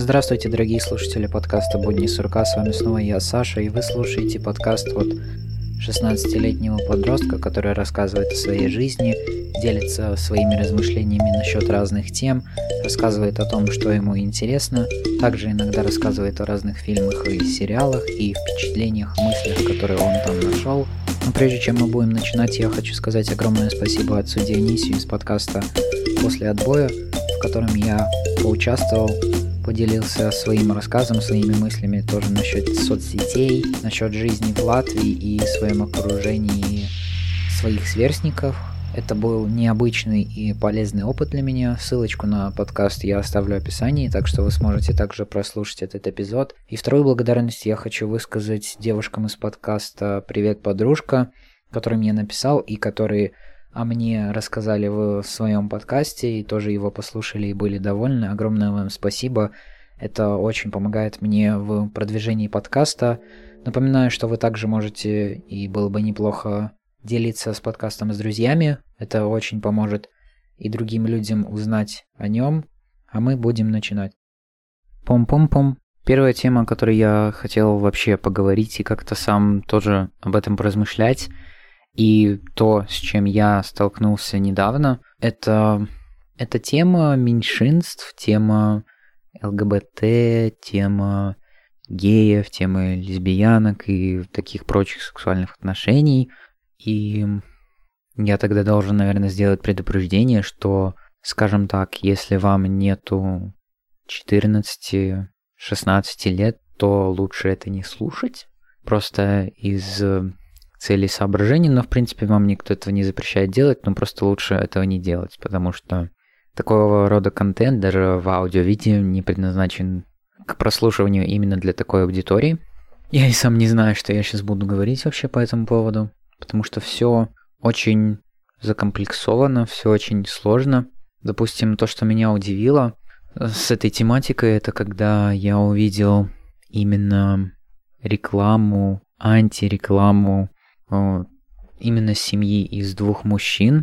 Здравствуйте, дорогие слушатели подкаста «Будни сурка». С вами снова я, Саша, и вы слушаете подкаст от 16-летнего подростка, который рассказывает о своей жизни, делится своими размышлениями насчет разных тем, рассказывает о том, что ему интересно, также иногда рассказывает о разных фильмах и сериалах и впечатлениях, мыслях, которые он там нашел. Но прежде чем мы будем начинать, я хочу сказать огромное спасибо отцу Дионисию из подкаста «После отбоя», в котором я поучаствовал, поделился своим рассказом, своими мыслями тоже насчет соцсетей, насчет жизни в Латвии и своем окружении своих сверстников. Это был необычный и полезный опыт для меня. Ссылочку на подкаст я оставлю в описании, так что вы сможете также прослушать этот эпизод. И вторую благодарность я хочу высказать девушкам из подкаста «Привет, подружка», которым я написал и которые о мне рассказали в своем подкасте и тоже его послушали и были довольны. Огромное вам спасибо. Это очень помогает мне в продвижении подкаста. Напоминаю, что вы также можете, и было бы неплохо, делиться с подкастом с друзьями. Это очень поможет и другим людям узнать о нем. А мы будем начинать. Пом-пом-пом. Первая тема, о которой я хотел вообще поговорить и как-то сам тоже об этом поразмышлять, и то, с чем я столкнулся недавно, это тема меньшинств, тема ЛГБТ, тема геев, тема лесбиянок и таких прочих сексуальных отношений. И я тогда должен, наверное, сделать предупреждение, что, скажем так, если вам нету 14-16 лет, то лучше это не слушать. Просто из цели соображений, но, в принципе, вам никто этого не запрещает делать, но просто лучше этого не делать, потому что такого рода контент даже в аудио-видео не предназначен к прослушиванию именно для такой аудитории. Я и сам не знаю, что я сейчас буду говорить вообще по этому поводу, потому что все очень закомплексовано, все очень сложно. Допустим, то, что меня удивило с этой тематикой, это когда я увидел именно рекламу, антирекламу, именно семьи из двух мужчин.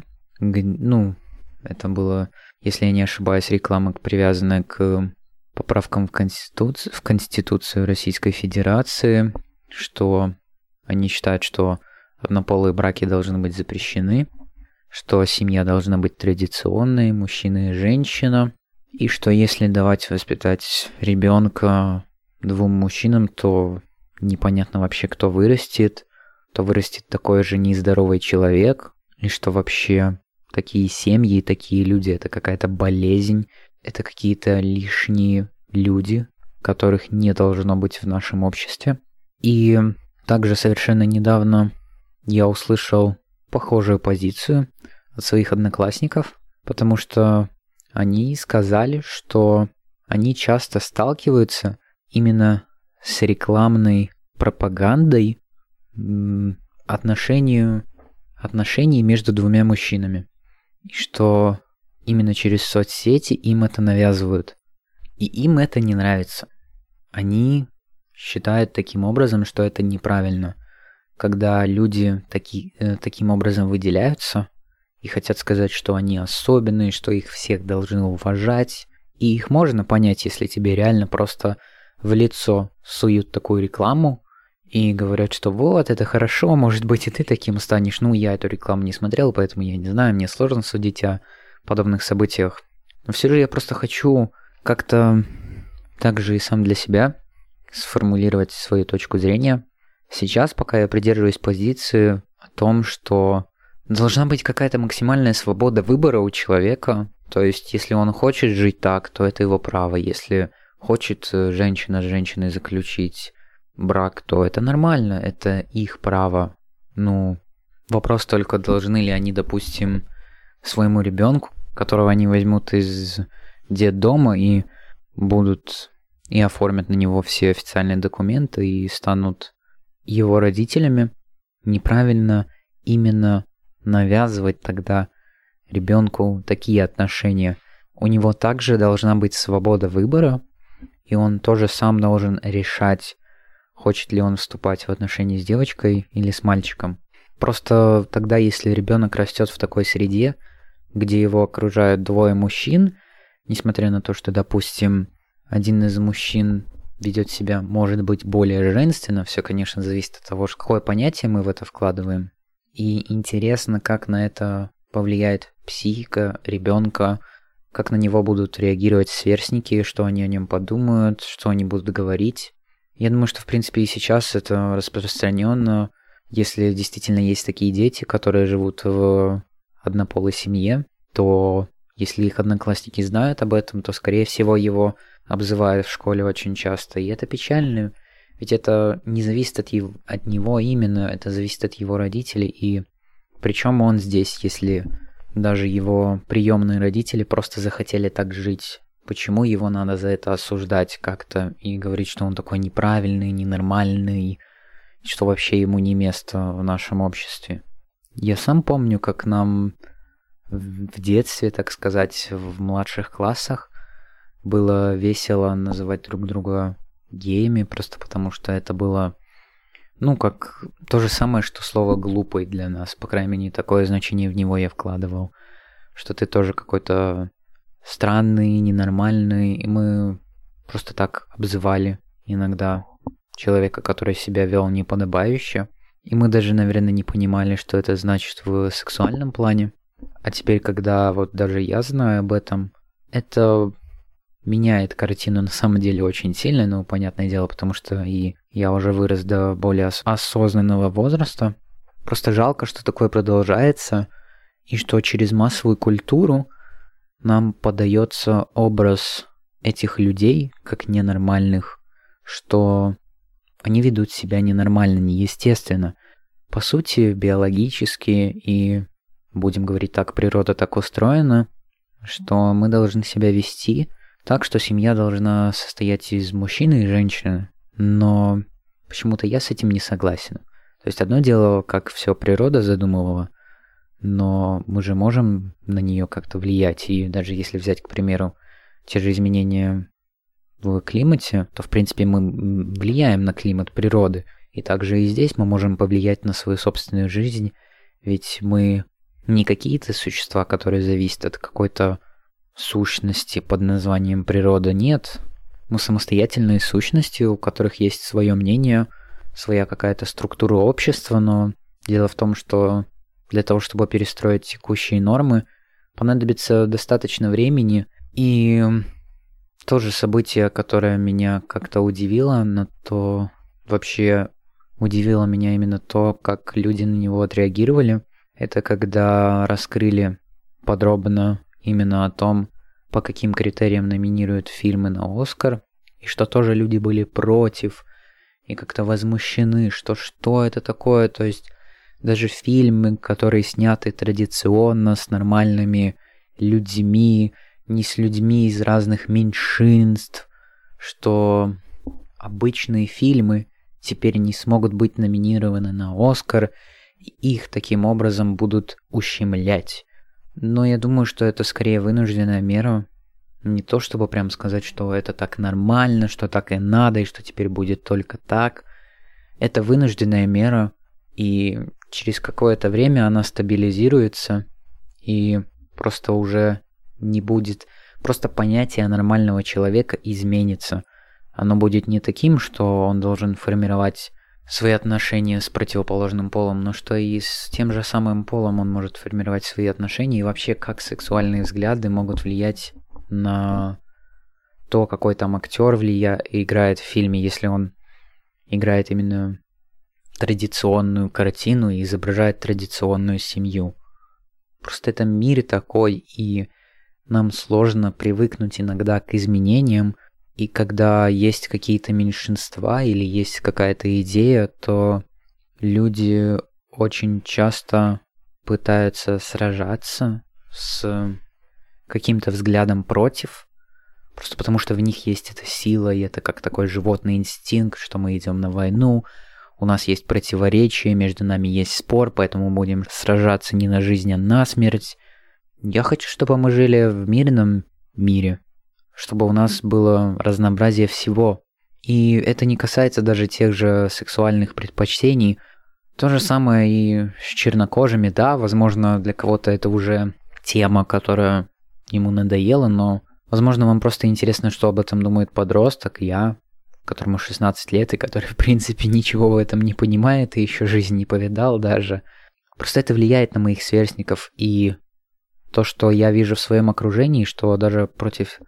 Это было, если я не ошибаюсь, реклама, привязанная к поправкам в Конституцию Российской Федерации, что они считают, что однополые браки должны быть запрещены, что семья должна быть традиционной, мужчина и женщина, и что если давать воспитать ребенка двум мужчинам, то непонятно вообще, кто вырастет, то вырастет такой же нездоровый человек, и что вообще такие семьи, такие люди — это какая-то болезнь, это какие-то лишние люди, которых не должно быть в нашем обществе. И также совершенно недавно я услышал похожую позицию от своих одноклассников, потому что они сказали, что они часто сталкиваются именно с рекламной пропагандой отношений между двумя мужчинами. И что именно через соцсети им это навязывают. И им это не нравится. Они считают таким образом, что это неправильно. Когда люди таким образом выделяются и хотят сказать, что они особенные, что их всех должны уважать. И их можно понять, если тебе реально просто в лицо суют такую рекламу, и говорят, что вот, это хорошо, может быть, и ты таким станешь. Я эту рекламу не смотрел, поэтому я не знаю, мне сложно судить о подобных событиях. Но все же я просто хочу как-то также и сам для себя сформулировать свою точку зрения. Сейчас, пока я придерживаюсь позиции о том, что должна быть какая-то максимальная свобода выбора у человека. То есть, если он хочет жить так, то это его право. Если хочет женщина с женщиной заключить брак, то это нормально, это их право. Вопрос только, должны ли они, допустим, своему ребенку, которого они возьмут из детдома и будут и оформят на него все официальные документы и станут его родителями, неправильно именно навязывать тогда ребенку такие отношения. У него также должна быть свобода выбора, и он тоже сам должен решать, хочет ли он вступать в отношения с девочкой или с мальчиком. Просто тогда, если ребенок растет в такой среде, где его окружают двое мужчин, несмотря на то, что, допустим, один из мужчин ведет себя, может быть, более женственно. Все, конечно, зависит от того, какое понятие мы в это вкладываем. И интересно, как на это повлияет психика ребенка, как на него будут реагировать сверстники, что они о нем подумают, что они будут говорить. Я думаю, что, в принципе, и сейчас это распространенно, если действительно есть такие дети, которые живут в однополой семье, то если их одноклассники знают об этом, то, скорее всего, его обзывают в школе очень часто. И это печально, ведь это не зависит от него именно, это зависит от его родителей. И причем он здесь, если даже его приемные родители просто захотели так жить? Почему его надо за это осуждать как-то и говорить, что он такой неправильный, ненормальный, что вообще ему не место в нашем обществе? Я сам помню, как нам в детстве, так сказать, в младших классах было весело называть друг друга геями, просто потому что это было, как то же самое, что слово «глупый» для нас. По крайней мере, такое значение в него я вкладывал, что ты тоже какой-то странный, ненормальный, и мы просто так обзывали иногда человека, который себя вел неподобающе, и мы даже, наверное, не понимали, что это значит в сексуальном плане. А теперь, когда вот даже я знаю об этом, это меняет картину на самом деле очень сильно, понятное дело, потому что и я уже вырос до более осознанного возраста. Просто жалко, что такое продолжается, и что через массовую культуру нам подается образ этих людей как ненормальных, что они ведут себя ненормально, неестественно. По сути, биологически и, будем говорить так, природа так устроена, что мы должны себя вести так, что семья должна состоять из мужчины и женщины. Но почему-то я с этим не согласен. То есть одно дело, как все природа задумывала, но мы же можем на нее как-то влиять. И даже если взять, к примеру, те же изменения в климате, то, в принципе, мы влияем на климат природы. И также и здесь мы можем повлиять на свою собственную жизнь, ведь мы не какие-то существа, которые зависят от какой-то сущности под названием природа. Нет, мы самостоятельные сущности, у которых есть свое мнение, своя какая-то структура общества, но дело в том, что для того, чтобы перестроить текущие нормы, понадобится достаточно времени. И то же событие, которое меня как-то удивило, но то вообще удивило меня именно то, как люди на него отреагировали. Это когда раскрыли подробно именно о том, по каким критериям номинируют фильмы на Оскар, и что тоже люди были против и как-то возмущены, что это такое, то есть даже фильмы, которые сняты традиционно с нормальными людьми, не с людьми из разных меньшинств, что обычные фильмы теперь не смогут быть номинированы на Оскар, и их таким образом будут ущемлять. Но я думаю, что это скорее вынужденная мера. Не то, чтобы прям сказать, что это так нормально, что так и надо, и что теперь будет только так. Это вынужденная мера, и через какое-то время она стабилизируется, и просто уже не будет... Просто понятие нормального человека изменится. Оно будет не таким, что он должен формировать свои отношения с противоположным полом, но что и с тем же самым полом он может формировать свои отношения, и вообще как сексуальные взгляды могут влиять на то, какой там актер играет в фильме, если он играет именно традиционную картину и изображает традиционную семью. Просто это мир такой, и нам сложно привыкнуть иногда к изменениям, и когда есть какие-то меньшинства или есть какая-то идея, то люди очень часто пытаются сражаться с каким-то взглядом против, просто потому что в них есть эта сила, и это как такой животный инстинкт, что мы идем на войну, у нас есть противоречия, между нами есть спор, поэтому будем сражаться не на жизнь, а на смерть. Я хочу, чтобы мы жили в мирном мире, чтобы у нас было разнообразие всего. И это не касается даже тех же сексуальных предпочтений. То же самое и с чернокожими, да, возможно, для кого-то это уже тема, которая ему надоела, но Возможно, вам просто интересно, что об этом думает подросток, я, которому 16 лет, и который, в принципе, ничего в этом не понимает и еще жизнь не повидал даже. Просто это влияет на моих сверстников, и то, что я вижу в своем окружении, что даже против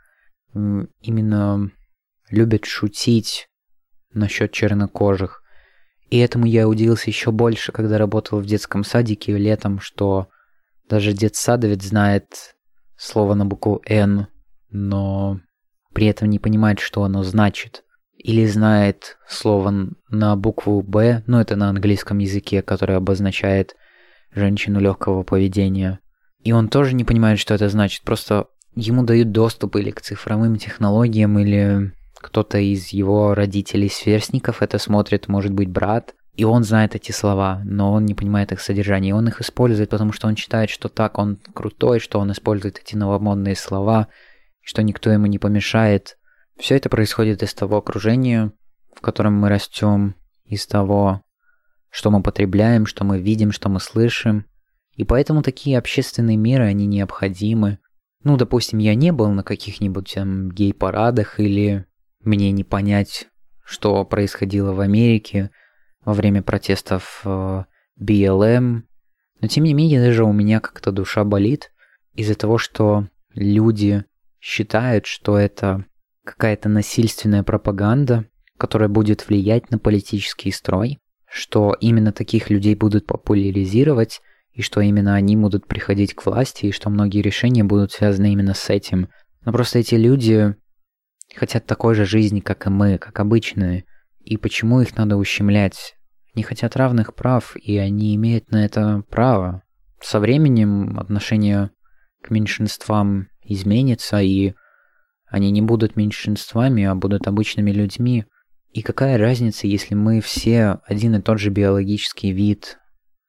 именно любят шутить насчет чернокожих. И этому я удивился еще больше, когда работал в детском садике летом, что даже детсадовец знает слово на букву «Н», но при этом не понимает, что оно значит. Или знает слово на букву «Б», ну это на английском языке, которое обозначает женщину легкого поведения. И он тоже не понимает, что это значит, просто ему дают доступ или к цифровым технологиям, или кто-то из его родителей-сверстников это смотрит, может быть, брат, и он знает эти слова, но он не понимает их содержание, и он их использует, потому что он считает, что так он крутой, что он использует эти новомодные слова, что никто ему не помешает. Все это происходит из того окружения, в котором мы растем, из того, что мы потребляем, что мы видим, что мы слышим. И поэтому такие общественные меры, они необходимы. Ну, допустим, я не был на каких-нибудь гей-парадах, или мне не понять, что происходило в Америке во время протестов BLM. Но тем не менее, даже у меня как-то душа болит из-за того, что люди считают, что это какая-то насильственная пропаганда, которая будет влиять на политический строй, что именно таких людей будут популяризировать, и что именно они будут приходить к власти, и что многие решения будут связаны именно с этим. Но просто эти люди хотят такой же жизни, как и мы, как обычные. И почему их надо ущемлять? Они хотят равных прав, и они имеют на это право. Со временем отношение к меньшинствам изменится, и они не будут меньшинствами, а будут обычными людьми. И какая разница, если мы все один и тот же биологический вид,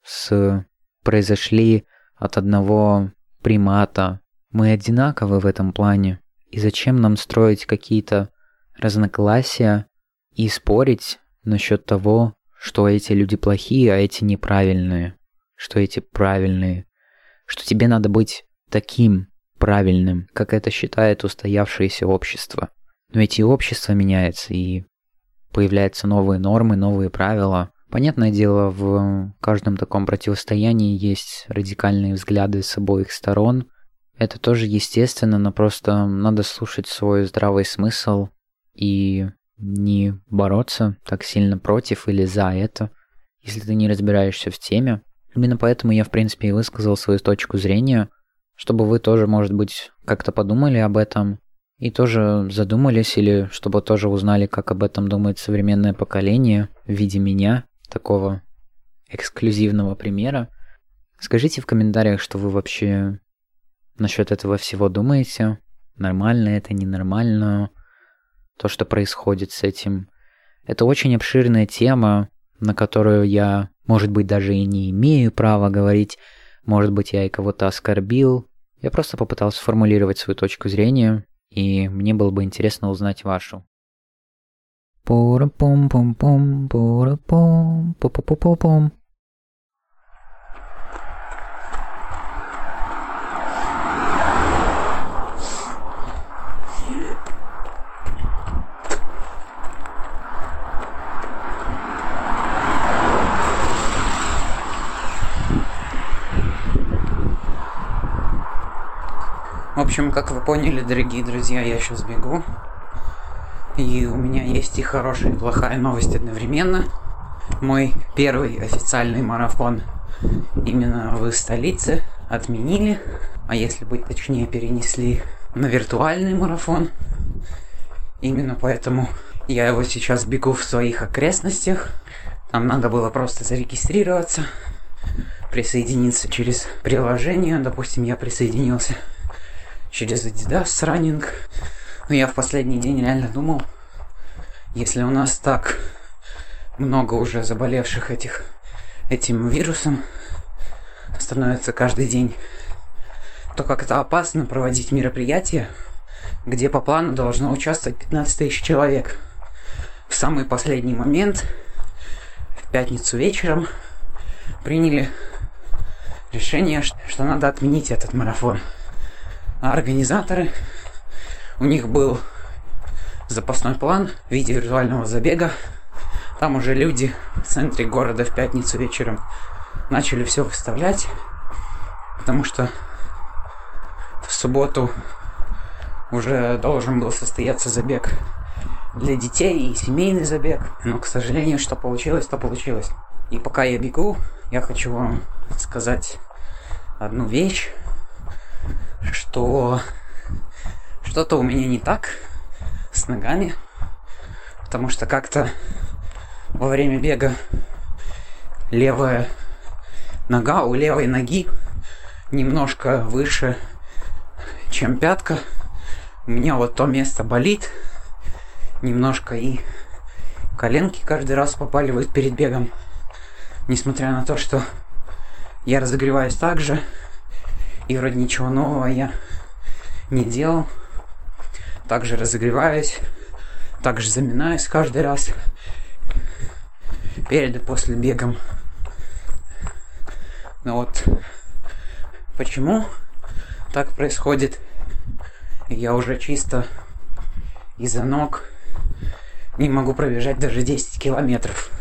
произошли от одного примата. Мы одинаковы в этом плане. И зачем нам строить какие-то разногласия и спорить насчет того, что эти люди плохие, а эти неправильные, что эти правильные, что тебе надо быть таким правильным, как это считает устоявшееся общество. Но эти общества меняются, и появляются новые нормы, новые правила. Понятное дело, в каждом таком противостоянии есть радикальные взгляды с обоих сторон. Это тоже естественно, но просто надо слушать свой здравый смысл и не бороться так сильно против или за это, если ты не разбираешься в теме. Именно поэтому я, в принципе, и высказал свою точку зрения, чтобы вы тоже, может быть, как-то подумали об этом и тоже задумались, или чтобы тоже узнали, как об этом думает современное поколение в виде меня, такого эксклюзивного примера. Скажите в комментариях, что вы вообще насчет этого всего думаете. Нормально это, ненормально, то, что происходит с этим. Это очень обширная тема, на которую я, может быть, даже и не имею права говорить. Может быть, я и кого-то оскорбил. Я просто попытался сформулировать свою точку зрения, и мне было бы интересно узнать вашу. Пора-пом-пом-пом, пора-пом, по-по-по-пом. В общем, как вы поняли, дорогие друзья, я сейчас бегу. И у меня есть и хорошая, и плохая новость одновременно. Мой первый официальный марафон именно в столице отменили. А если быть точнее, перенесли на виртуальный марафон. Именно поэтому я его сейчас бегу в своих окрестностях. Там надо было просто зарегистрироваться, присоединиться через приложение. Допустим, я присоединился через Adidas Running. Но я в последний день реально думал, если у нас так много уже заболевших этим вирусом становится каждый день, то как-то опасно проводить мероприятия, где по плану должно участвовать 15 тысяч человек. В самый последний момент, в пятницу вечером, приняли решение, что надо отменить этот марафон. А организаторы у них был запасной план в виде виртуального забега. Там уже люди в центре города в пятницу вечером начали все выставлять, потому что в субботу уже должен был состояться забег для детей и семейный забег. Но, к сожалению, что получилось, то получилось. И пока я бегу, я хочу вам сказать одну вещь, что что-то у меня не так с ногами, потому что как-то во время бега левая нога у левой ноги немножко выше, чем пятка. У меня вот то место болит немножко, и коленки каждый раз попаливают перед бегом. Несмотря на то, что я разогреваюсь так же, и вроде ничего нового я не делал. Также разогреваюсь, также заминаюсь каждый раз перед и после бегом. Но вот почему так происходит, я уже чисто из-за ног не могу пробежать даже 10 километров.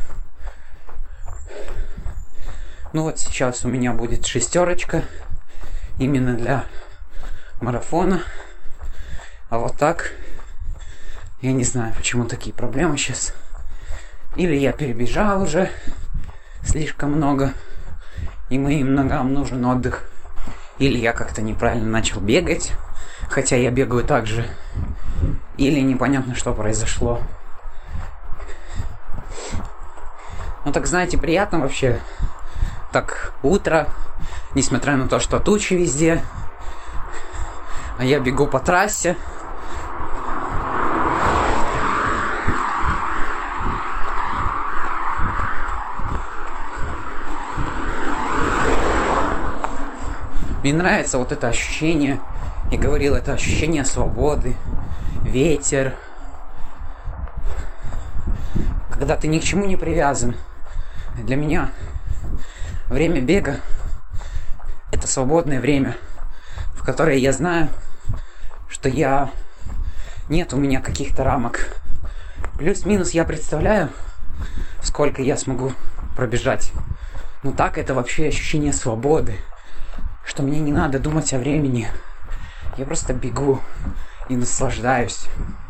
Ну вот сейчас у меня будет 6 именно для марафона. А вот так, я не знаю, почему такие проблемы сейчас. Или я перебежал уже слишком много, и моим ногам нужен отдых. Или я как-то неправильно начал бегать, хотя я бегаю так же. Или непонятно, что произошло. Ну так, знаете, приятно вообще. Так, утро, несмотря на то, что тучи везде, а я бегу по трассе. Мне нравится вот это ощущение, я говорил, это ощущение свободы, ветер. Когда ты ни к чему не привязан. Для меня время бега – это свободное время, в которое я знаю, что нет у меня каких-то рамок. Плюс-минус я представляю, сколько я смогу пробежать. Ну так, это вообще ощущение свободы, что мне не надо думать о времени. Я просто бегу и наслаждаюсь.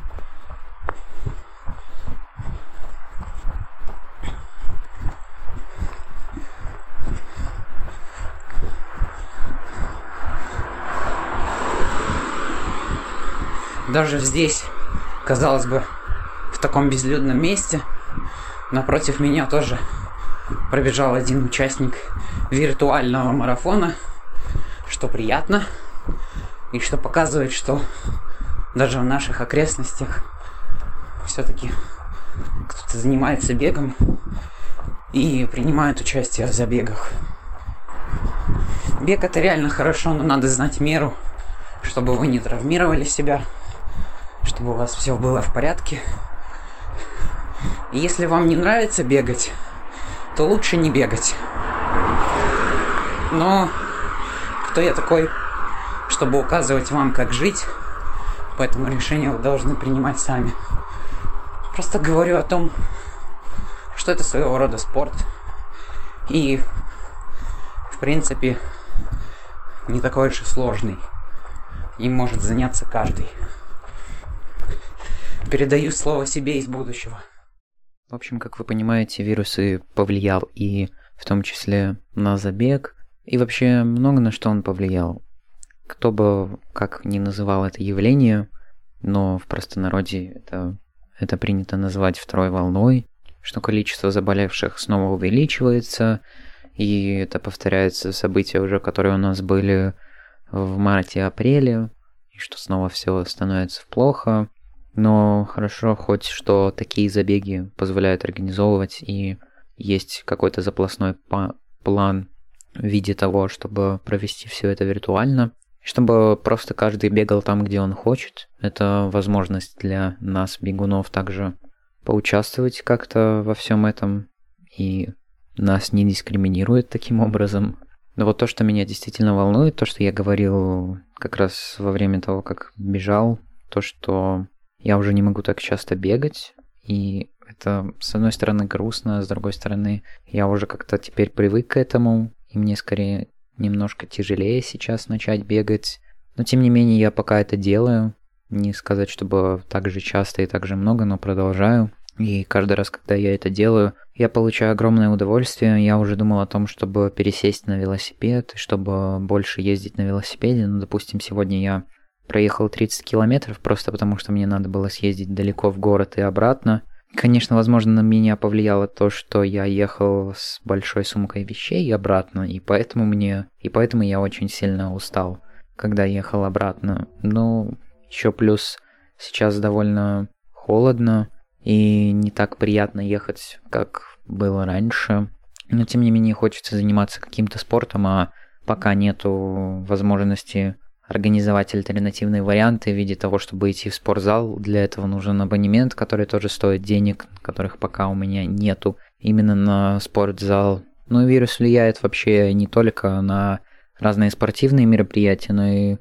Даже здесь, казалось бы, в таком безлюдном месте, напротив меня тоже пробежал один участник виртуального марафона, что приятно, и что показывает, что даже в наших окрестностях все-таки кто-то занимается бегом и принимает участие в забегах. Бег — это реально хорошо, но надо знать меру, чтобы вы не травмировали себя, чтобы у вас все было в порядке. И если вам не нравится бегать, то лучше не бегать. Но кто я такой, чтобы указывать вам, как жить? Поэтому решение вы должны принимать сами. Просто говорю о том, что это своего рода спорт. И, в принципе, не такой уж и сложный. Им может заняться каждый. Передаю слово себе из будущего. В общем, как вы понимаете, вирус и повлиял и в том числе на забег, и вообще много на что он повлиял. Кто бы как ни называл это явление, но в простонародье это принято называть второй волной, что количество заболевших снова увеличивается, и это повторяются события уже, которые у нас были в марте-апреле, и что снова все становится плохо. Но хорошо хоть, что такие забеги позволяют организовывать, и есть какой-то запасной план в виде того, чтобы провести все это виртуально, чтобы просто каждый бегал там, где он хочет. Это возможность для нас, бегунов, также поучаствовать как-то во всем этом, и нас не дискриминирует таким образом. Но вот то, что меня действительно волнует, то, что я говорил как раз во время того, как бежал, то, что я уже не могу так часто бегать, и это, с одной стороны, грустно, с другой стороны, я уже как-то теперь привык к этому, и мне скорее немножко тяжелее сейчас начать бегать. Но, тем не менее, я пока это делаю. Не сказать, чтобы так же часто и так же много, но продолжаю. И каждый раз, когда я это делаю, я получаю огромное удовольствие. Я уже думал о том, чтобы пересесть на велосипед, чтобы больше ездить на велосипеде. Ну, допустим, сегодня я проехал 30 километров, просто потому что мне надо было съездить далеко в город и обратно. Конечно, возможно, на меня повлияло то, что я ехал с большой сумкой вещей обратно, и поэтому я очень сильно устал, когда ехал обратно. Ну, еще плюс сейчас довольно холодно, и не так приятно ехать, как было раньше. Но, тем не менее, хочется заниматься каким-то спортом, а пока нету возможности организовать альтернативные варианты в виде того, чтобы идти в спортзал. Для этого нужен абонемент, который тоже стоит денег, которых пока у меня нету именно на спортзал. Ну и вирус влияет вообще не только на разные спортивные мероприятия, но и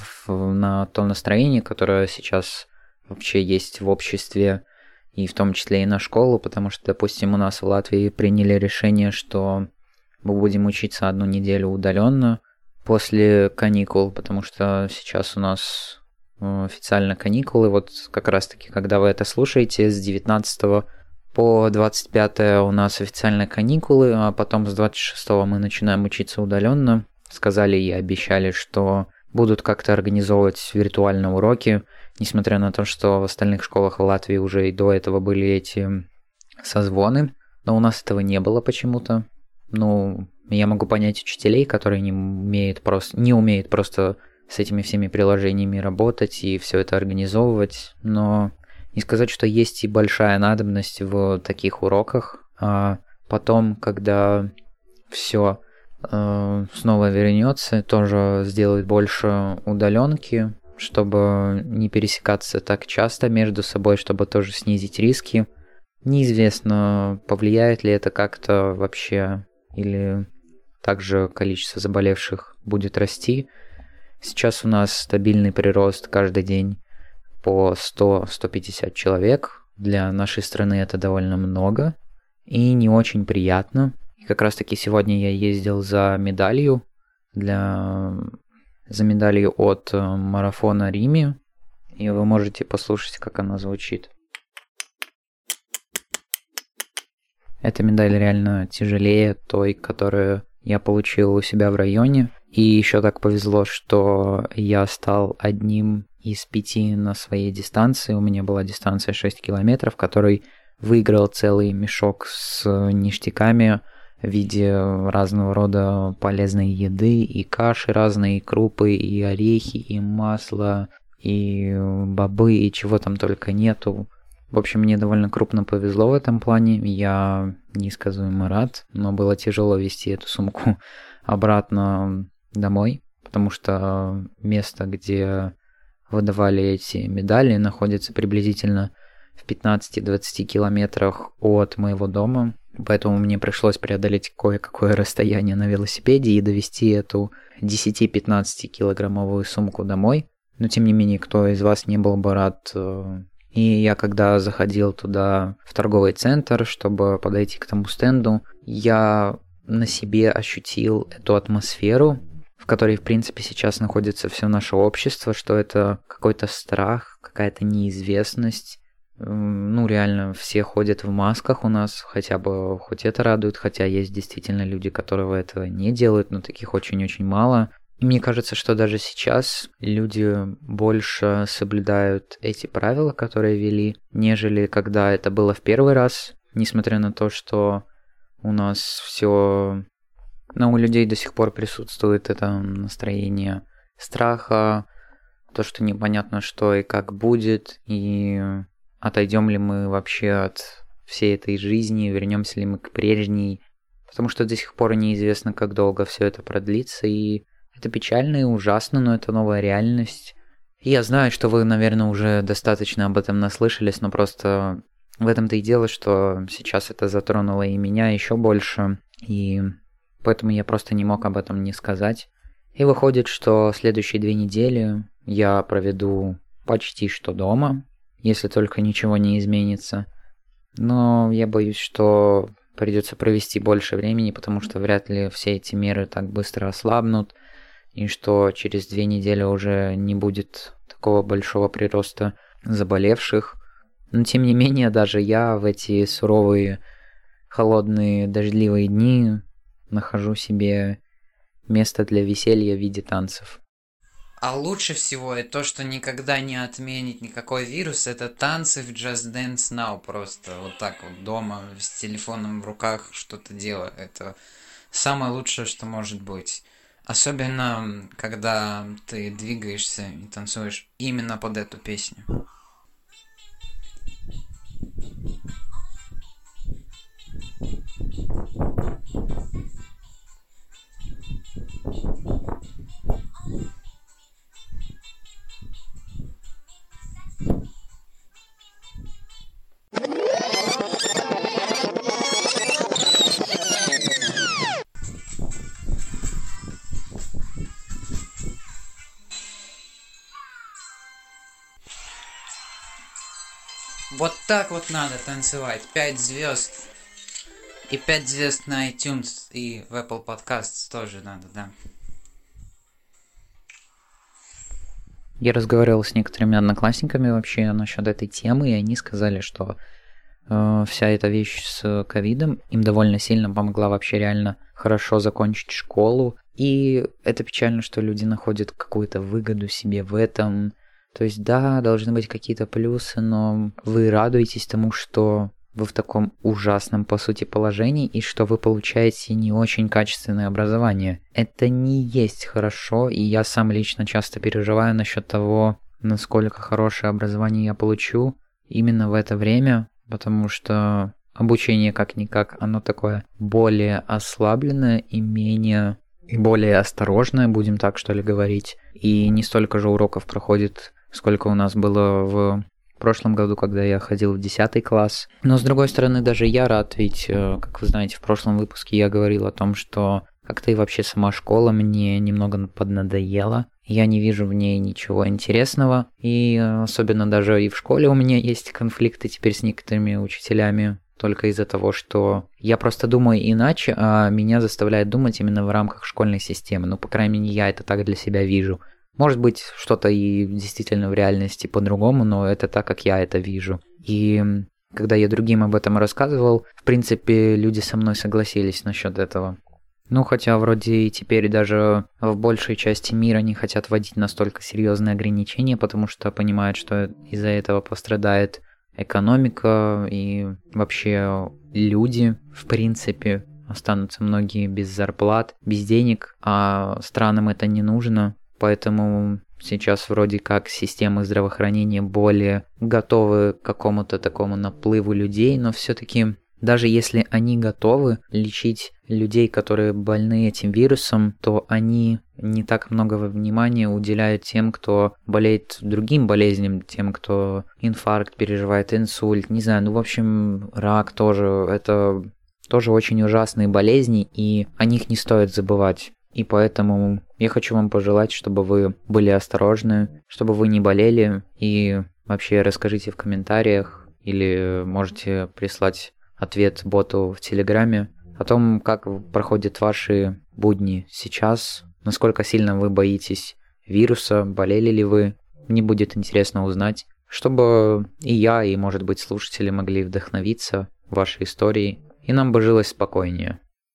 на то настроение, которое сейчас вообще есть в обществе, и в том числе и на школу, потому что, допустим, у нас в Латвии приняли решение, что мы будем учиться 1 неделю удаленно после каникул, потому что сейчас у нас официально каникулы. Вот как раз-таки, когда вы это слушаете, с 19 по 25 у нас официально каникулы, а потом с 26 мы начинаем учиться удаленно. Сказали и обещали, что будут как-то организовывать виртуальные уроки, несмотря на то, что в остальных школах в Латвии уже и до этого были эти созвоны, но у нас этого не было почему-то. Ну, я могу понять учителей, которые не умеют просто с этими всеми приложениями работать и все это организовывать, но не сказать, что есть и большая надобность в таких уроках. А потом, когда все снова вернется, тоже сделать больше удаленки, чтобы не пересекаться так часто между собой, чтобы тоже снизить риски. Неизвестно, повлияет ли это как-то вообще, или также количество заболевших будет расти. Сейчас у нас стабильный прирост каждый день по 100-150 человек. Для нашей страны это довольно много и не очень приятно. И как раз таки сегодня я ездил за медалью от марафона Риме, и вы можете послушать, как она звучит. Эта медаль реально тяжелее той, которую я получил у себя в районе. И еще так повезло, что я стал одним из 5 на своей дистанции. У меня была дистанция 6 километров, который выиграл целый мешок с ништяками в виде разного рода полезной еды, и каши разные, и крупы, и орехи, и масло, и бобы, и чего там только нету. В общем, мне довольно крупно повезло в этом плане, я несказуемо рад, но было тяжело везти эту сумку обратно домой, потому что место, где выдавали эти медали, находится приблизительно в 15-20 километрах от моего дома, поэтому мне пришлось преодолеть кое-какое расстояние на велосипеде и довести эту 10-15 килограммовую сумку домой. Но тем не менее, кто из вас не был бы рад. И я когда заходил туда, в торговый центр, чтобы подойти к тому стенду, я на себе ощутил эту атмосферу, в которой, в принципе, сейчас находится все наше общество, что это какой-то страх, какая-то неизвестность. Ну, реально, все ходят в масках у нас, хотя бы хоть это радует, хотя есть действительно люди, которые этого не делают, но таких очень-очень мало. И мне кажется, что даже сейчас люди больше соблюдают эти правила, которые ввели, нежели когда это было в первый раз, несмотря на то, что у нас все... Но у людей до сих пор присутствует это настроение страха, то, что непонятно, что и как будет, и отойдем ли мы вообще от всей этой жизни, вернемся ли мы к прежней, потому что до сих пор неизвестно, как долго все это продлится, и это печально и ужасно, но это новая реальность. И я знаю, что вы, наверное, уже достаточно об этом наслышались, но просто в этом-то и дело, что сейчас это затронуло и меня еще больше, и поэтому я просто не мог об этом не сказать. И выходит, что следующие 2 недели я проведу почти что дома, если только ничего не изменится. Но я боюсь, что придется провести больше времени, потому что вряд ли все эти меры так быстро ослабнут, и что через 2 недели уже не будет такого большого прироста заболевших. Но тем не менее, даже я в эти суровые, холодные, дождливые дни нахожу себе место для веселья в виде танцев. А лучше всего и то, что никогда не отменит никакой вирус, это танцы в Just Dance Now. Просто вот так вот дома с телефоном в руках что-то делать. Это самое лучшее, что может быть. Особенно, когда ты двигаешься и танцуешь именно под эту песню. Вот так вот надо танцевать. 5 звезд. И 5 звезд на iTunes и в Apple Podcasts тоже надо, да. Я разговаривал с некоторыми одноклассниками вообще насчет этой темы, и они сказали, что вся эта вещь с ковидом им довольно сильно помогла вообще реально хорошо закончить школу. И это печально, что люди находят какую-то выгоду себе в этом. То есть да, должны быть какие-то плюсы, но вы радуетесь тому, что вы в таком ужасном, по сути, положении, и что вы получаете не очень качественное образование. Это не есть хорошо, и я сам лично часто переживаю насчет того, насколько хорошее образование я получу именно в это время, потому что обучение как-никак, оно такое более ослабленное и более осторожное, будем так что ли говорить, и не столько же уроков проходит, сколько у нас было в прошлом году, когда я ходил в 10 класс. Но, с другой стороны, даже я рад, ведь, как вы знаете, в прошлом выпуске я говорил о том, что как-то и вообще сама школа мне немного поднадоела. Я не вижу в ней ничего интересного. И особенно даже и в школе у меня есть конфликты теперь с некоторыми учителями. Только из-за того, что я просто думаю иначе, а меня заставляет думать именно в рамках школьной системы. Ну, по крайней мере, я это так для себя вижу. Может быть, что-то и действительно в реальности по-другому, но это так, как я это вижу. И когда я другим об этом рассказывал, в принципе, люди со мной согласились насчет этого. Ну, хотя вроде и теперь даже в большей части мира не хотят вводить настолько серьезные ограничения, потому что понимают, что из-за этого пострадает экономика и вообще люди, в принципе, останутся многие без зарплат, без денег, а странам это не нужно. Поэтому сейчас вроде как системы здравоохранения более готовы к какому-то такому наплыву людей, но все-таки даже если они готовы лечить людей, которые больны этим вирусом, то они не так много внимания уделяют тем, кто болеет другим болезням, тем, кто инфаркт переживает, инсульт, не знаю, ну в общем рак тоже, это тоже очень ужасные болезни, и о них не стоит забывать. И поэтому я хочу вам пожелать, чтобы вы были осторожны, чтобы вы не болели. И вообще расскажите в комментариях или можете прислать ответ боту в Телеграме о том, как проходят ваши будни сейчас, насколько сильно вы боитесь вируса, болели ли вы. Мне будет интересно узнать, чтобы и я, и, может быть, слушатели могли вдохновиться вашей историей, и нам бы жилось спокойнее.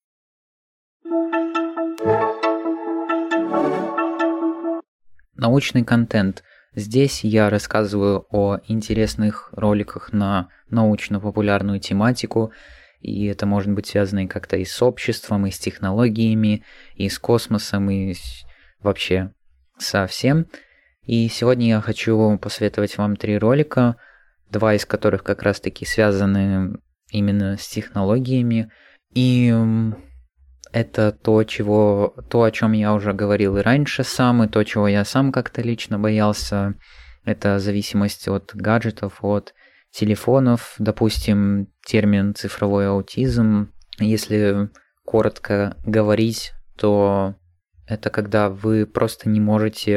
Научный контент. Здесь я рассказываю о интересных роликах на научно-популярную тематику, и это может быть связано как-то и с обществом, и с технологиями, и с космосом, и вообще со всем. И сегодня я хочу посоветовать вам 3 ролика, 2 из которых как раз-таки связаны именно с технологиями, и это то, о чем я уже говорил и раньше сам, и то, чего я сам как-то лично боялся. Это зависимость от гаджетов, от телефонов. Допустим, термин «цифровой аутизм». Если коротко говорить, то это когда вы просто не можете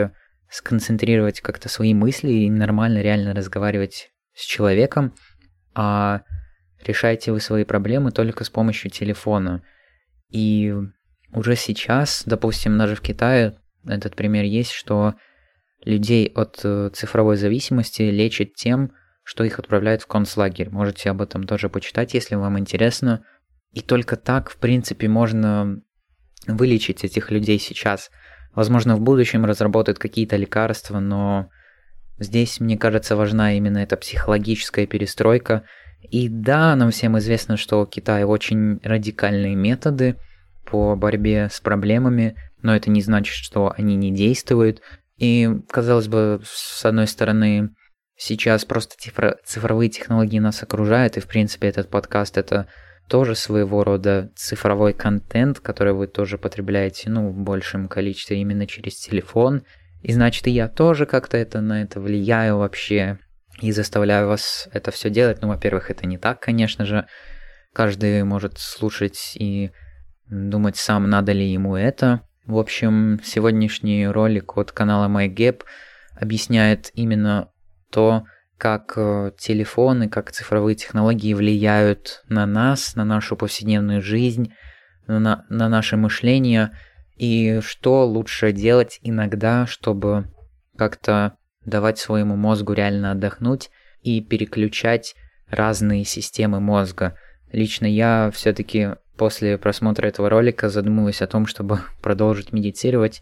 сконцентрировать как-то свои мысли и нормально, реально разговаривать с человеком, а решаете вы свои проблемы только с помощью телефона. И уже сейчас, допустим, даже в Китае этот пример есть, что людей от цифровой зависимости лечат тем, что их отправляют в концлагерь. Можете об этом тоже почитать, если вам интересно. И только так, в принципе, можно вылечить этих людей сейчас. Возможно, в будущем разработают какие-то лекарства, но здесь, мне кажется, важна именно эта психологическая перестройка. И да, нам всем известно, что у Китая очень радикальные методы по борьбе с проблемами, но это не значит, что они не действуют. И, казалось бы, с одной стороны, сейчас просто цифровые технологии нас окружают, и, в принципе, этот подкаст — это тоже своего рода цифровой контент, который вы тоже потребляете, в большем количестве именно через телефон. И значит, и я тоже как-то на это влияю вообще и заставляю вас это все делать. Во-первых, это не так, конечно же. Каждый может слушать и думать сам, надо ли ему это. В общем, сегодняшний ролик от канала MyGap объясняет именно то, как телефоны, как цифровые технологии влияют на нас, на нашу повседневную жизнь, на наше мышление, и что лучше делать иногда, чтобы как-то давать своему мозгу реально отдохнуть и переключать разные системы мозга. Лично я все-таки после просмотра этого ролика задумываюсь о том, чтобы продолжить медитировать.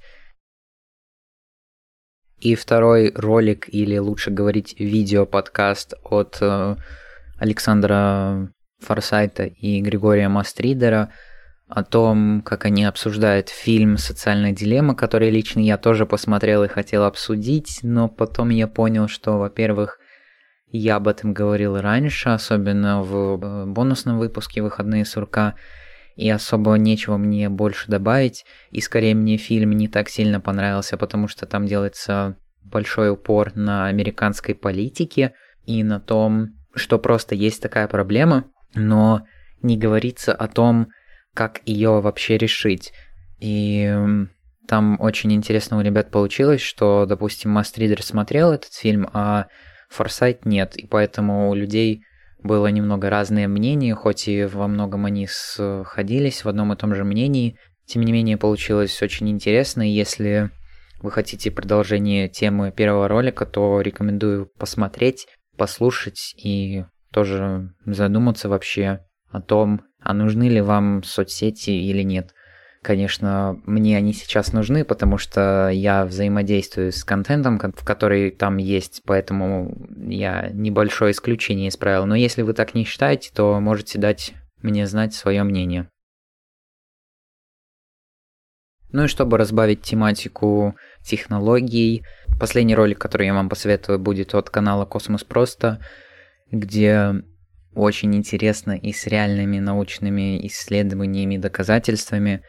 И второй ролик, или лучше говорить видео-подкаст от Александра Форсайта и Григория Мастридера о том, как они обсуждают фильм «Социальная дилемма», который лично я тоже посмотрел и хотел обсудить, но потом я понял, что, во-первых, я об этом говорил раньше, особенно в бонусном выпуске «Выходные сурка», и особо нечего мне больше добавить, и скорее мне фильм не так сильно понравился, потому что там делается большой упор на американской политике и на том, что просто есть такая проблема, но не говорится о том, как ее вообще решить. И там очень интересно у ребят получилось, что, допустим, Мастридер смотрел этот фильм, а Форсайт нет, и поэтому у людей было немного разное мнение, хоть и во многом они сходились в одном и том же мнении. Тем не менее, получилось очень интересно, и если вы хотите продолжение темы первого ролика, то рекомендую посмотреть, послушать и тоже задуматься вообще о том, а нужны ли вам соцсети или нет. Конечно, мне они сейчас нужны, потому что я взаимодействую с контентом, в который там есть, поэтому я небольшое исключение из правил. Но если вы так не считаете, то можете дать мне знать свое мнение. И чтобы разбавить тематику технологий, последний ролик, который я вам посоветую, будет от канала Космос Просто, где очень интересно и с реальными научными исследованиями и доказательствами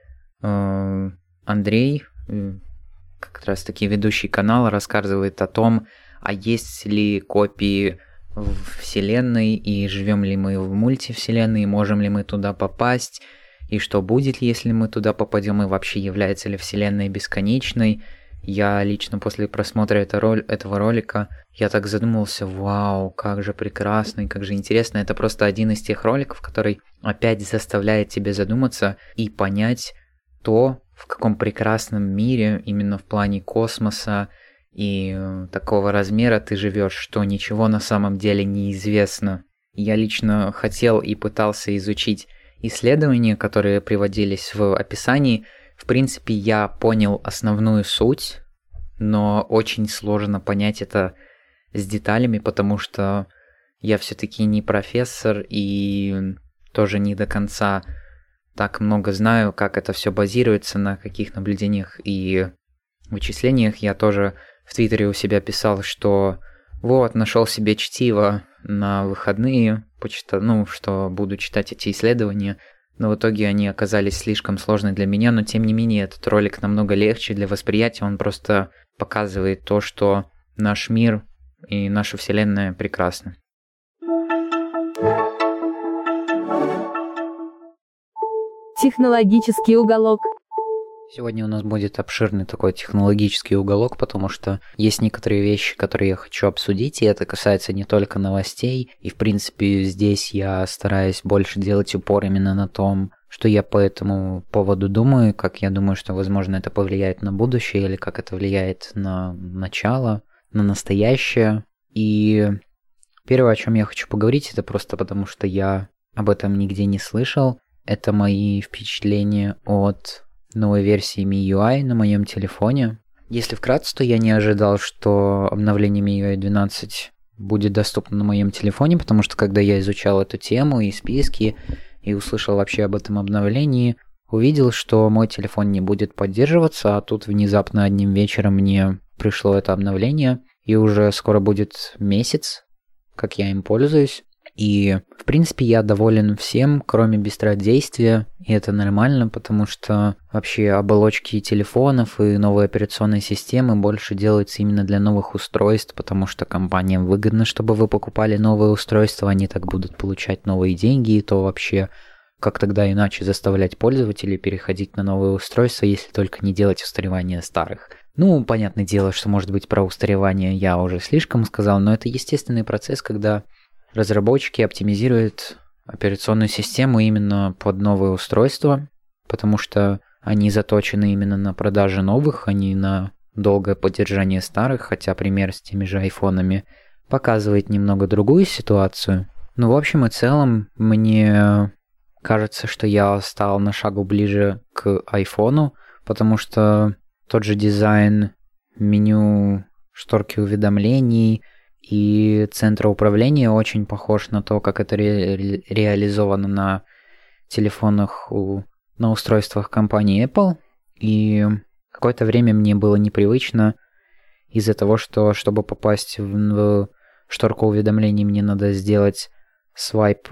Андрей, как раз таки ведущий канала, рассказывает о том, а есть ли копии в Вселенной, и живем ли мы в мультивселенной, можем ли мы туда попасть, и что будет, если мы туда попадем, и вообще является ли Вселенная бесконечной. Я лично после просмотра этого ролика, я так задумался, вау, как же прекрасно и как же интересно. Это просто один из тех роликов, который опять заставляет тебя задуматься и понять то, в каком прекрасном мире, именно в плане космоса и такого размера ты живешь, что ничего на самом деле не известно. Я лично хотел и пытался изучить исследования, которые приводились в описании. В принципе, я понял основную суть, но очень сложно понять это с деталями, потому что я все-таки не профессор и тоже не до конца так много знаю, как это все базируется, на каких наблюдениях и вычислениях. Я тоже в Твиттере у себя писал, что вот, нашел себе чтиво на выходные, что буду читать эти исследования, но в итоге они оказались слишком сложны для меня, но тем не менее этот ролик намного легче для восприятия, он просто показывает то, что наш мир и наша Вселенная прекрасны. Технологический уголок. Сегодня у нас будет обширный такой технологический уголок, потому что есть некоторые вещи, которые я хочу обсудить, и это касается не только новостей, и в принципе здесь я стараюсь больше делать упор именно на том, что я по этому поводу думаю, как я думаю, что возможно это повлияет на будущее, или как это влияет на начало, на настоящее. И первое, о чем я хочу поговорить, это просто потому, что я об этом нигде не слышал, это мои впечатления от новой версии MIUI на моем телефоне. Если вкратце, то я не ожидал, что обновление MIUI 12 будет доступно на моем телефоне, потому что когда я изучал эту тему и списки, и услышал вообще об этом обновлении, увидел, что мой телефон не будет поддерживаться, а тут внезапно одним вечером мне пришло это обновление, и уже скоро будет месяц, как я им пользуюсь. И, в принципе, я доволен всем, кроме быстродействия, и это нормально, потому что вообще оболочки телефонов и новые операционные системы больше делаются именно для новых устройств, потому что компаниям выгодно, чтобы вы покупали новые устройства, они так будут получать новые деньги, и то вообще, как тогда иначе заставлять пользователей переходить на новые устройства, если только не делать устаревание старых. Ну, понятное дело, что, может быть, про устаревание я уже слишком сказал, но это естественный процесс, когда разработчики оптимизируют операционную систему именно под новые устройства, потому что они заточены именно на продажи новых, а не на долгое поддержание старых, хотя пример с теми же айфонами показывает немного другую ситуацию. Но в общем и целом мне кажется, что я стал на шагу ближе к айфону, потому что тот же дизайн меню, шторки уведомлений и центра управления очень похож на то, как это реализовано на телефонах, на устройствах компании Apple. И какое-то время мне было непривычно из-за того, что чтобы попасть в шторку уведомлений, мне надо сделать свайп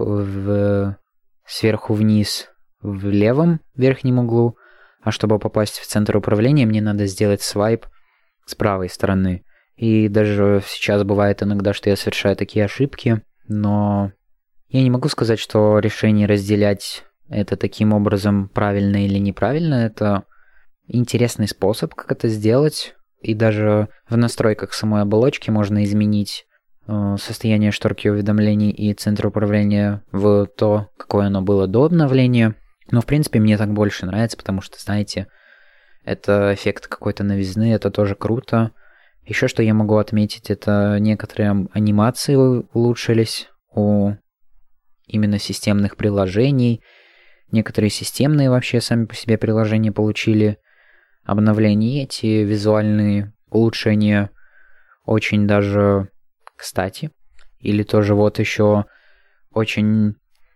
сверху вниз в левом верхнем углу, а чтобы попасть в центр управления, мне надо сделать свайп с правой стороны. И даже сейчас бывает иногда, что я совершаю такие ошибки, но я не могу сказать, что решение разделять это таким образом правильно или неправильно. Это интересный способ, как это сделать. И даже в настройках самой оболочки можно изменить состояние шторки уведомлений и центра управления в то, какое оно было до обновления. Но в принципе мне так больше нравится, потому что, знаете, это эффект какой-то новизны, это тоже круто. Еще что я могу отметить, это некоторые анимации улучшились у именно системных приложений. Некоторые системные вообще сами по себе приложения получили обновления. Эти визуальные улучшения очень даже кстати. Или тоже вот еще очень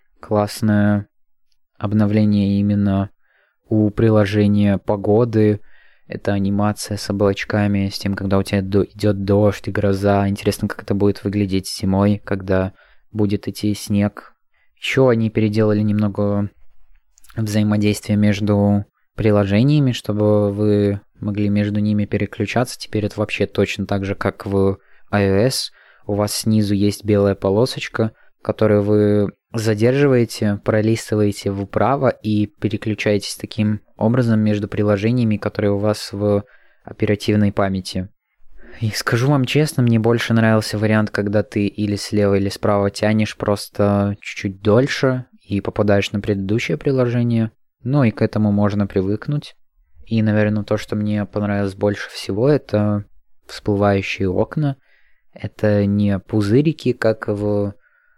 классное обновление именно у приложения погоды. Это анимация с облачками, с тем, когда у тебя идет дождь и гроза. Интересно, как это будет выглядеть зимой, когда будет идти снег. Еще они переделали немного взаимодействия между приложениями, чтобы вы могли между ними переключаться. Теперь это вообще точно так же, как в iOS. У вас снизу есть белая полосочка, которую вы задерживаете, пролистываете вправо и переключаетесь таким образом между приложениями, которые у вас в оперативной памяти. И скажу вам честно, мне больше нравился вариант, когда ты или слева, или справа тянешь просто чуть-чуть дольше и попадаешь на предыдущее приложение. Ну и к этому можно привыкнуть. И, наверное, то, что мне понравилось больше всего, это всплывающие окна. Это не пузырики, как в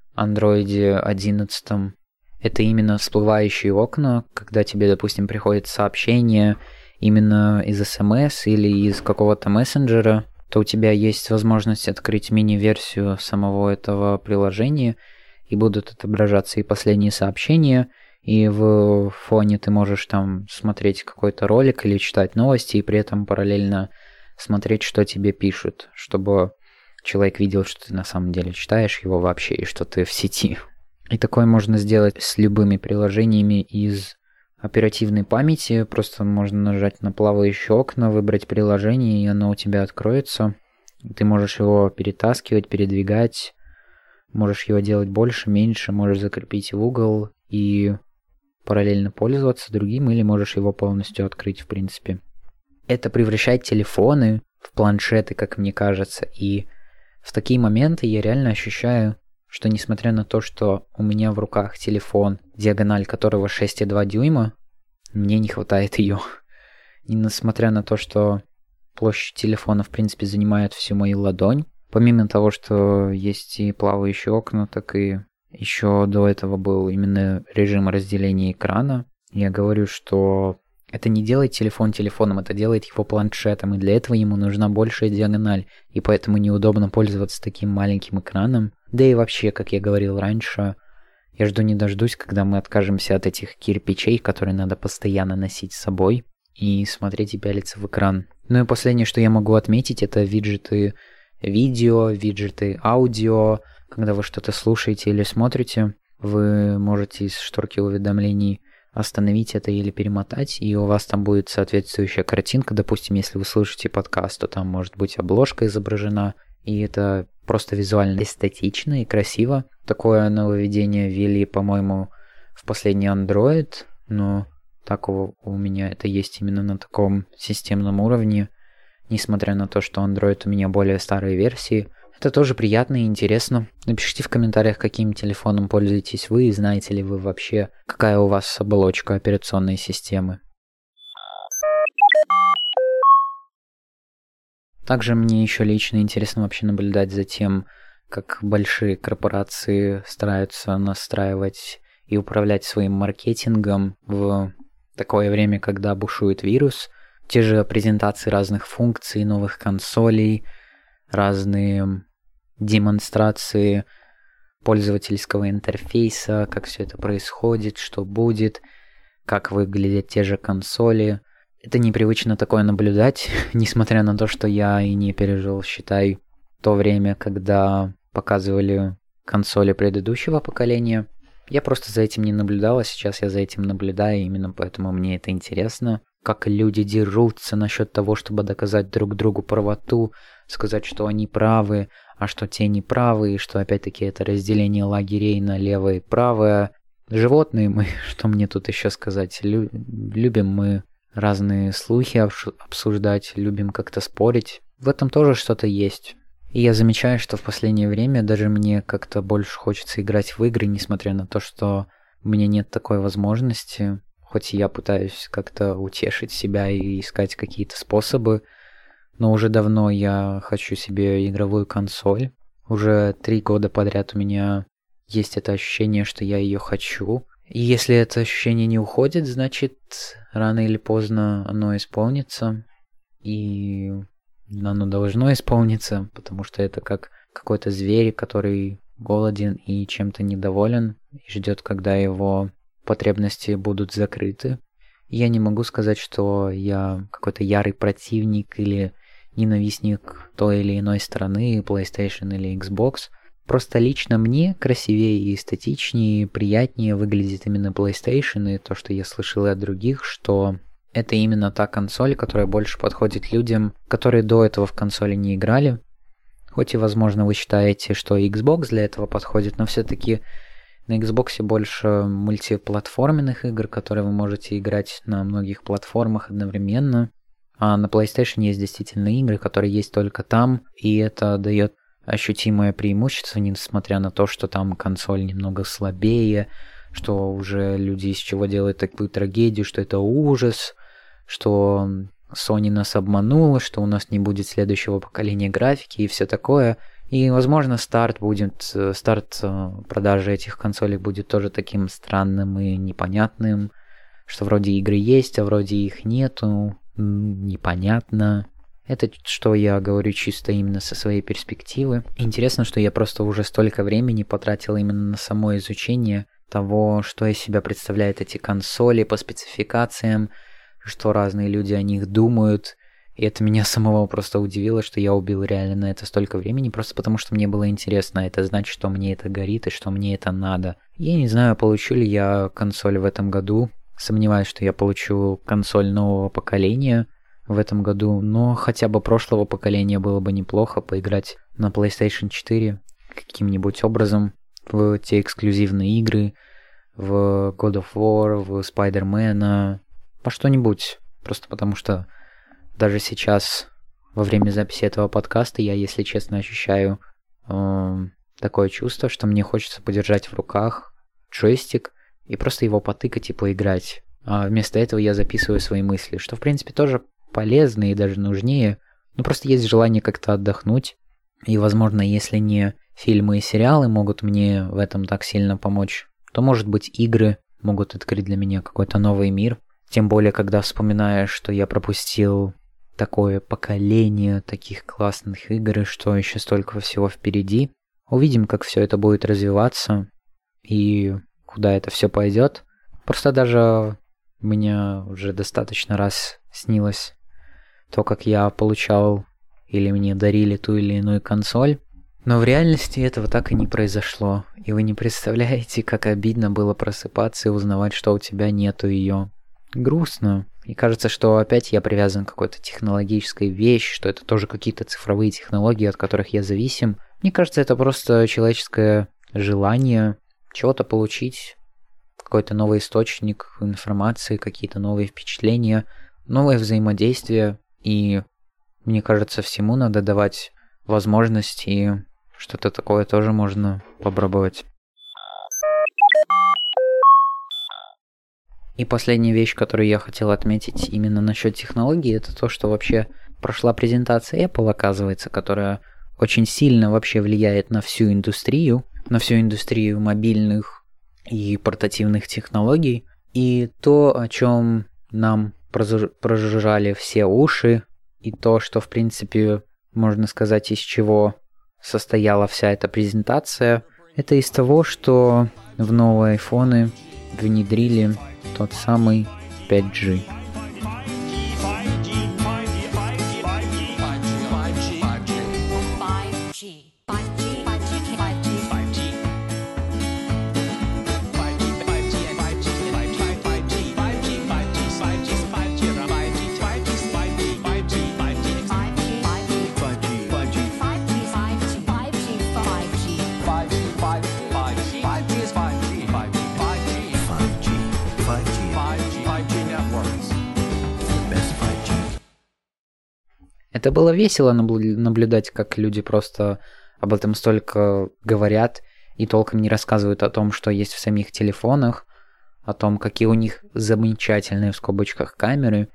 Android 11. Это именно всплывающие окна, когда тебе, допустим, приходит сообщение именно из SMS или из какого-то мессенджера, то у тебя есть возможность открыть мини-версию самого этого приложения, и будут отображаться и последние сообщения, и в фоне ты можешь там смотреть какой-то ролик или читать новости, и при этом параллельно смотреть, что тебе пишут, чтобы человек видел, что ты на самом деле читаешь его вообще, и что ты в сети. И такое можно сделать с любыми приложениями из оперативной памяти. Просто можно нажать на плавающие окна, выбрать приложение, и оно у тебя откроется. Ты можешь его перетаскивать, передвигать, можешь его делать больше, меньше, можешь закрепить в угол и параллельно пользоваться другим, или можешь его полностью открыть, в принципе. Это превращает телефоны в планшеты, как мне кажется, и в такие моменты я реально ощущаю, что несмотря на то, что у меня в руках телефон, диагональ которого 6,2 дюйма, мне не хватает ее. И несмотря на то, что площадь телефона, в принципе, занимает всю мою ладонь, помимо того, что есть и плавающие окна, так и еще до этого был именно режим разделения экрана. Я говорю, что это не делает телефон телефоном, это делает его планшетом, и для этого ему нужна большая диагональ, и поэтому неудобно пользоваться таким маленьким экраном. Да и вообще, как я говорил раньше, я жду не дождусь, когда мы откажемся от этих кирпичей, которые надо постоянно носить с собой, и смотреть и пялиться в экран. Ну и последнее, что я могу отметить, это виджеты видео, виджеты аудио. Когда вы что-то слушаете или смотрите, вы можете из шторки уведомлений остановить это или перемотать, и у вас там будет соответствующая картинка. Допустим, если вы слушаете подкаст, то там может быть обложка изображена, и это просто визуально эстетично и красиво. Такое нововведение ввели, по-моему, в последний Android, но так у меня это есть именно на таком системном уровне, несмотря на то, что Android у меня более старые версии. Это тоже приятно и интересно. Напишите в комментариях, каким телефоном пользуетесь вы, и знаете ли вы вообще, какая у вас оболочка операционной системы. Также мне еще лично интересно вообще наблюдать за тем, как большие корпорации стараются настраивать и управлять своим маркетингом в такое время, когда бушует вирус. Те же презентации разных функций, новых консолей, разные демонстрации пользовательского интерфейса, как все это происходит, что будет, как выглядят те же консоли. Это непривычно такое наблюдать, несмотря на то, что я и не пережил, считай, то время, когда показывали консоли предыдущего поколения. Я просто за этим не наблюдал, а сейчас я за этим наблюдаю, и именно поэтому мне это интересно. Как люди дерутся насчет того, чтобы доказать друг другу правоту, сказать, что они правы, а что те не правы, и что опять-таки это разделение лагерей на левое и правое. Животные мы, что мне тут еще сказать, любим мы разные слухи обсуждать, любим как-то спорить. В этом тоже что-то есть. И я замечаю, что в последнее время даже мне как-то больше хочется играть в игры, несмотря на то, что у меня нет такой возможности. Хоть и я пытаюсь как-то утешить себя и искать какие-то способы, но уже давно я хочу себе игровую консоль. Уже 3 года подряд у меня есть это ощущение, что я ее хочу. И если это ощущение не уходит, значит, рано или поздно оно исполнится. И оно должно исполниться, потому что это как какой-то зверь, который голоден и чем-то недоволен, и ждет, когда его потребности будут закрыты. Я не могу сказать, что я какой-то ярый противник или ненавистник той или иной стороны, PlayStation или Xbox. Просто лично мне красивее и эстетичнее, приятнее выглядит именно PlayStation, и то, что я слышал и от других, что это именно та консоль, которая больше подходит людям, которые до этого в консоли не играли. Хоть и, возможно, вы считаете, что Xbox для этого подходит, но все-таки на Xbox больше мультиплатформенных игр, которые вы можете играть на многих платформах одновременно. А на PlayStation есть действительно игры, которые есть только там, и это дает ощутимое преимущество, несмотря на то, что там консоль немного слабее, что уже люди из чего делают такую трагедию, что это ужас, что Sony нас обманула, что у нас не будет следующего поколения графики и все такое. И, возможно, старт продажи этих консолей будет тоже таким странным и непонятным, что вроде игры есть, а вроде их нету, непонятно. Это что я говорю чисто именно со своей перспективы. Интересно, что я просто уже столько времени потратил именно на само изучение того, что из себя представляют эти консоли по спецификациям, что разные люди о них думают. И это меня самого просто удивило, что я убил реально на это столько времени, просто потому что мне было интересно. Это значит, что мне это горит и что мне это надо. Я не знаю, получу ли я консоль в этом году. Сомневаюсь, что я получу консоль нового поколения в этом году, но хотя бы прошлого поколения было бы неплохо поиграть на PlayStation 4 каким-нибудь образом в те эксклюзивные игры, в God of War, в Spider-Man, во что-нибудь. Просто потому что даже сейчас, во время записи этого подкаста, я, если честно, ощущаю такое чувство, что мне хочется подержать в руках джойстик и просто его потыкать и поиграть. А вместо этого я записываю свои мысли, что, в принципе, тоже полезно и даже нужнее. Но просто есть желание как-то отдохнуть. И, возможно, если не фильмы и сериалы могут мне в этом так сильно помочь, то, может быть, игры могут открыть для меня какой-то новый мир. Тем более, когда вспоминаешь, что я пропустил такое поколение таких классных игр, и что еще столько всего впереди. Увидим, как все это будет развиваться и куда это все пойдет. Просто даже мне уже достаточно раз снилось то, как я получал или мне дарили ту или иную консоль. Но в реальности этого так и не произошло. И вы не представляете, как обидно было просыпаться и узнавать, что у тебя нету ее. Грустно. И кажется, что опять я привязан к какой-то технологической вещи, что это тоже какие-то цифровые технологии, от которых я зависим. Мне кажется, это просто человеческое желание чего-то получить, какой-то новый источник информации, какие-то новые впечатления, новое взаимодействие. И мне кажется, всему надо давать возможность, и что-то такое тоже можно попробовать. И последняя вещь, которую я хотел отметить именно насчет технологий, это то, что вообще прошла презентация Apple, оказывается, которая очень сильно вообще влияет на всю индустрию мобильных и портативных технологий. И то, о чем нам прожужжали все уши, и то, что, в принципе, можно сказать, из чего состояла вся эта презентация, это из того, что в новые айфоны внедрили тот самый 5G. Это было весело наблюдать, как люди просто об этом столько говорят и толком не рассказывают о том, что есть в самих телефонах, о том, какие у них замечательные в скобочках камеры.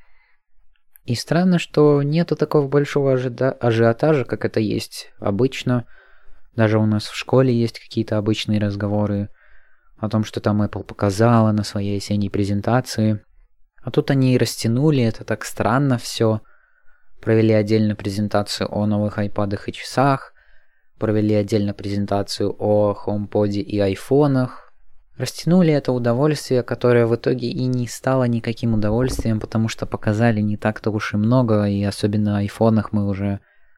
И странно, что нету такого большого ажиотажа, как это есть обычно. Даже у нас в школе есть какие-то обычные разговоры о том, что там Apple показала на своей осенней презентации. А тут они и растянули, это так странно все. Провели отдельно презентацию о новых iPad'ах и часах, провели отдельно презентацию о HomePod'е и айфонах. Растянули это удовольствие, которое в итоге и не стало никаким удовольствием, потому что показали не так-то уж и много, и особенно о айфонах мы уже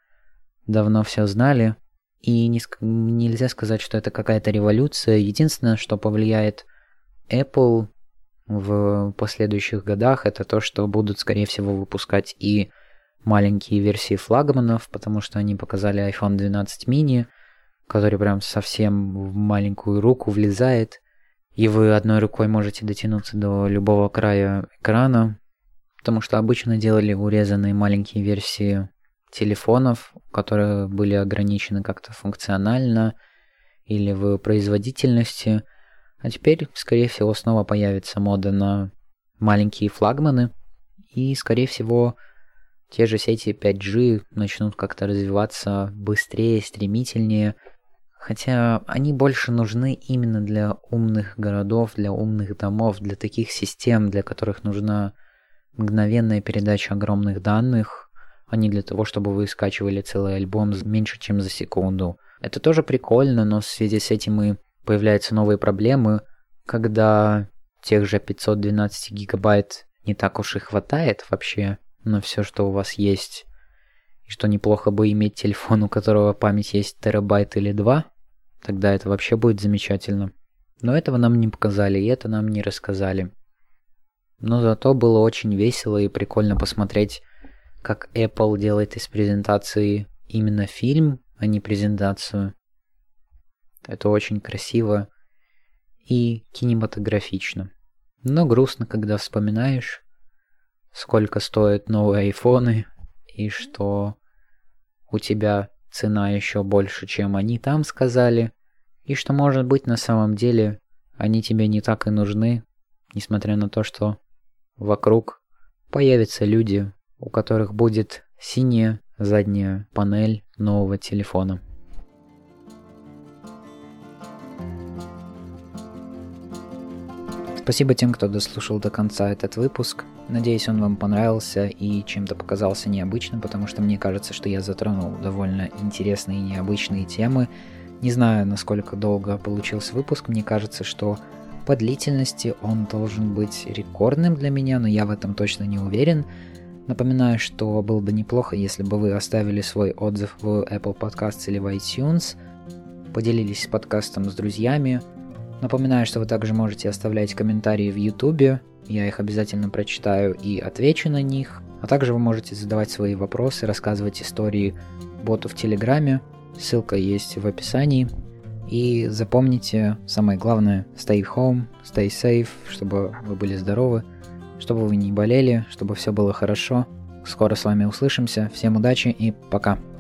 давно все знали. И нельзя сказать, что это какая-то революция. Единственное, что повлияет Apple в последующих годах, это то, что будут, скорее всего, выпускать и маленькие версии флагманов, потому что они показали iPhone 12 mini, который прям совсем в маленькую руку влезает, и вы одной рукой можете дотянуться до любого края экрана, потому что обычно делали урезанные маленькие версии телефонов, которые были ограничены как-то функционально или в производительности, а теперь, скорее всего, снова появится мода на маленькие флагманы, и, скорее всего, те же сети 5G начнут как-то развиваться быстрее, стремительнее, хотя они больше нужны именно для умных городов, для умных домов, для таких систем, для которых нужна мгновенная передача огромных данных, а не для того, чтобы вы скачивали целый альбом меньше, чем за секунду. Это тоже прикольно, но в связи с этим и появляются новые проблемы, когда тех же 512 гигабайт не так уж и хватает вообще на все, что у вас есть, и что неплохо бы иметь телефон, у которого память есть терабайт или 2, тогда это вообще будет замечательно. Но этого нам не показали, и это нам не рассказали. Но зато было очень весело и прикольно посмотреть, как Apple делает из презентации именно фильм, а не презентацию. Это очень красиво и кинематографично. Но грустно, когда вспоминаешь, сколько стоят новые айфоны, и что у тебя цена еще больше, чем они там сказали, и что, может быть, на самом деле они тебе не так и нужны, несмотря на то, что вокруг появятся люди, у которых будет синяя задняя панель нового телефона. Спасибо тем, кто дослушал до конца этот выпуск. Надеюсь, он вам понравился и чем-то показался необычным, потому что мне кажется, что я затронул довольно интересные и необычные темы. Не знаю, насколько долго получился выпуск, мне кажется, что по длительности он должен быть рекордным для меня, но я в этом точно не уверен. Напоминаю, что было бы неплохо, если бы вы оставили свой отзыв в Apple Podcasts или в iTunes, поделились подкастом с друзьями. Напоминаю, что вы также можете оставлять комментарии в YouTube, я их обязательно прочитаю и отвечу на них. А также вы можете задавать свои вопросы, рассказывать истории боту в Телеграме, ссылка есть в описании. И запомните, самое главное, stay home, stay safe, чтобы вы были здоровы, чтобы вы не болели, чтобы все было хорошо. Скоро с вами услышимся, всем удачи и пока!